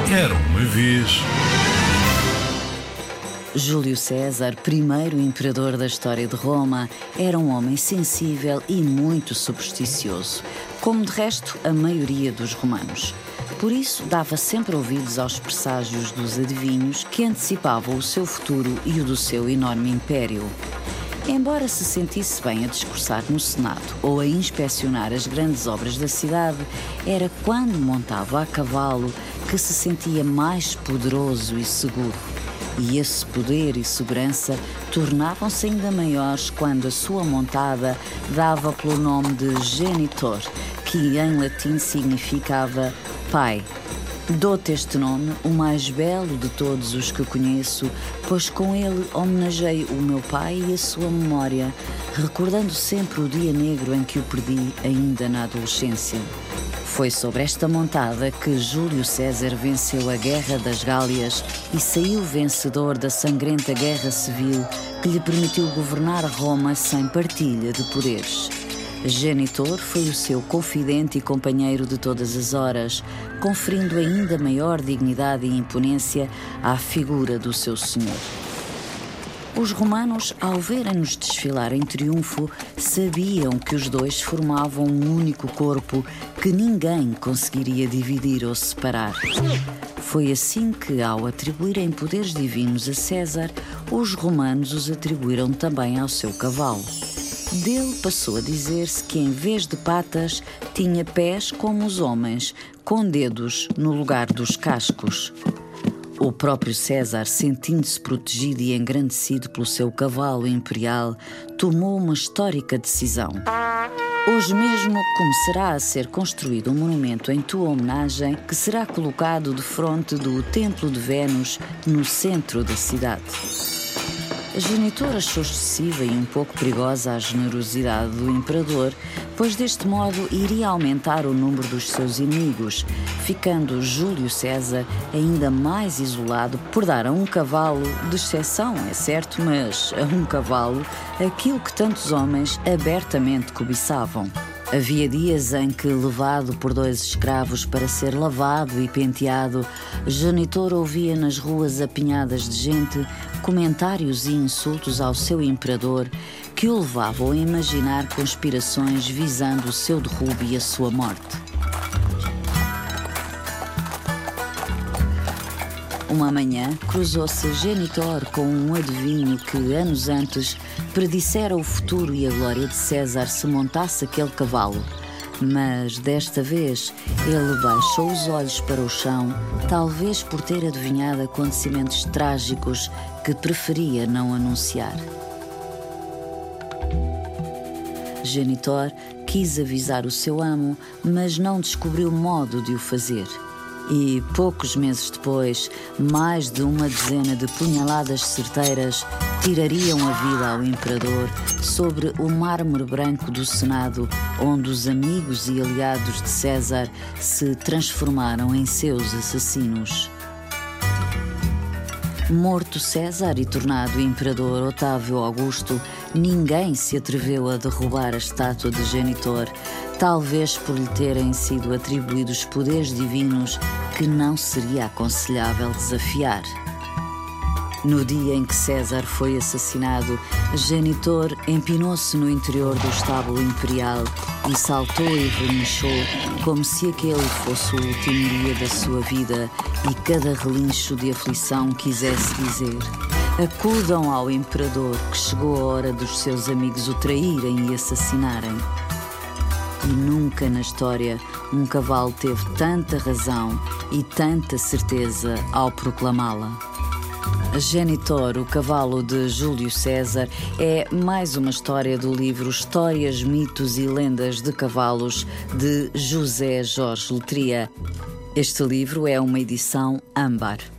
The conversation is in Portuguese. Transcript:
Era uma vez. Júlio César, primeiro imperador da história de Roma, era um homem sensível e muito supersticioso, como de resto a maioria dos romanos. Por isso, dava sempre ouvidos aos presságios dos adivinhos que antecipavam o seu futuro e o do seu enorme império. Embora se sentisse bem a discursar no Senado ou a inspecionar as grandes obras da cidade, era quando montava a cavalo que se sentia mais poderoso e seguro. E esse poder e segurança tornavam-se ainda maiores quando a sua montada dava pelo nome de genitor, que em latim significava pai. Dou-te este nome, o mais belo de todos os que conheço, pois com ele homenageio o meu pai e a sua memória, recordando sempre o dia negro em que o perdi ainda na adolescência. Foi sobre esta montada que Júlio César venceu a Guerra das Gálias e saiu vencedor da sangrenta Guerra Civil que lhe permitiu governar Roma sem partilha de poderes. Genitor foi o seu confidente e companheiro de todas as horas, conferindo ainda maior dignidade e imponência à figura do seu senhor. Os romanos, ao verem-nos desfilar em triunfo, sabiam que os dois formavam um único corpo que ninguém conseguiria dividir ou separar. Foi assim que, ao atribuírem poderes divinos a César, os romanos os atribuíram também ao seu cavalo. Dele passou a dizer-se que, em vez de patas, tinha pés como os homens, com dedos no lugar dos cascos. O próprio César, sentindo-se protegido e engrandecido pelo seu cavalo imperial, tomou uma histórica decisão. Hoje mesmo começará a ser construído um monumento em tua homenagem que será colocado defronte do Templo de Vênus, no centro da cidade. A genitor achou excessiva e um pouco perigosa a generosidade do imperador, pois deste modo iria aumentar o número dos seus inimigos, ficando Júlio César ainda mais isolado por dar a um cavalo, de exceção, é certo, mas a um cavalo, aquilo que tantos homens abertamente cobiçavam. Havia dias em que, levado por dois escravos para ser lavado e penteado, Genitor ouvia nas ruas apinhadas de gente comentários e insultos ao seu imperador que o levavam a imaginar conspirações visando o seu derrubo e a sua morte. Uma manhã, cruzou-se Genitor com um adivinho que, anos antes, predissera o futuro e a glória de César se montasse aquele cavalo. Mas, desta vez, ele baixou os olhos para o chão, talvez por ter adivinhado acontecimentos trágicos que preferia não anunciar. Genitor quis avisar o seu amo, mas não descobriu modo de o fazer. E, poucos meses depois, mais de uma dezena de punhaladas certeiras tirariam a vida ao imperador sobre o mármore branco do Senado, onde os amigos e aliados de César se transformaram em seus assassinos. Morto César e tornado imperador Otávio Augusto, ninguém se atreveu a derrubar a estátua de Genitor, talvez por lhe terem sido atribuídos poderes divinos que não seria aconselhável desafiar. No dia em que César foi assassinado, Genitor empinou-se no interior do estábulo imperial e saltou e relinchou como se aquele fosse o último dia da sua vida e cada relincho de aflição quisesse dizer: acudam ao imperador, que chegou a hora dos seus amigos o traírem e assassinarem. E nunca na história um cavalo teve tanta razão e tanta certeza ao proclamá-la. Genitor, o cavalo de Júlio César, é mais uma história do livro Histórias, Mitos e Lendas de Cavalos, de José Jorge Letria. Este livro é uma edição âmbar.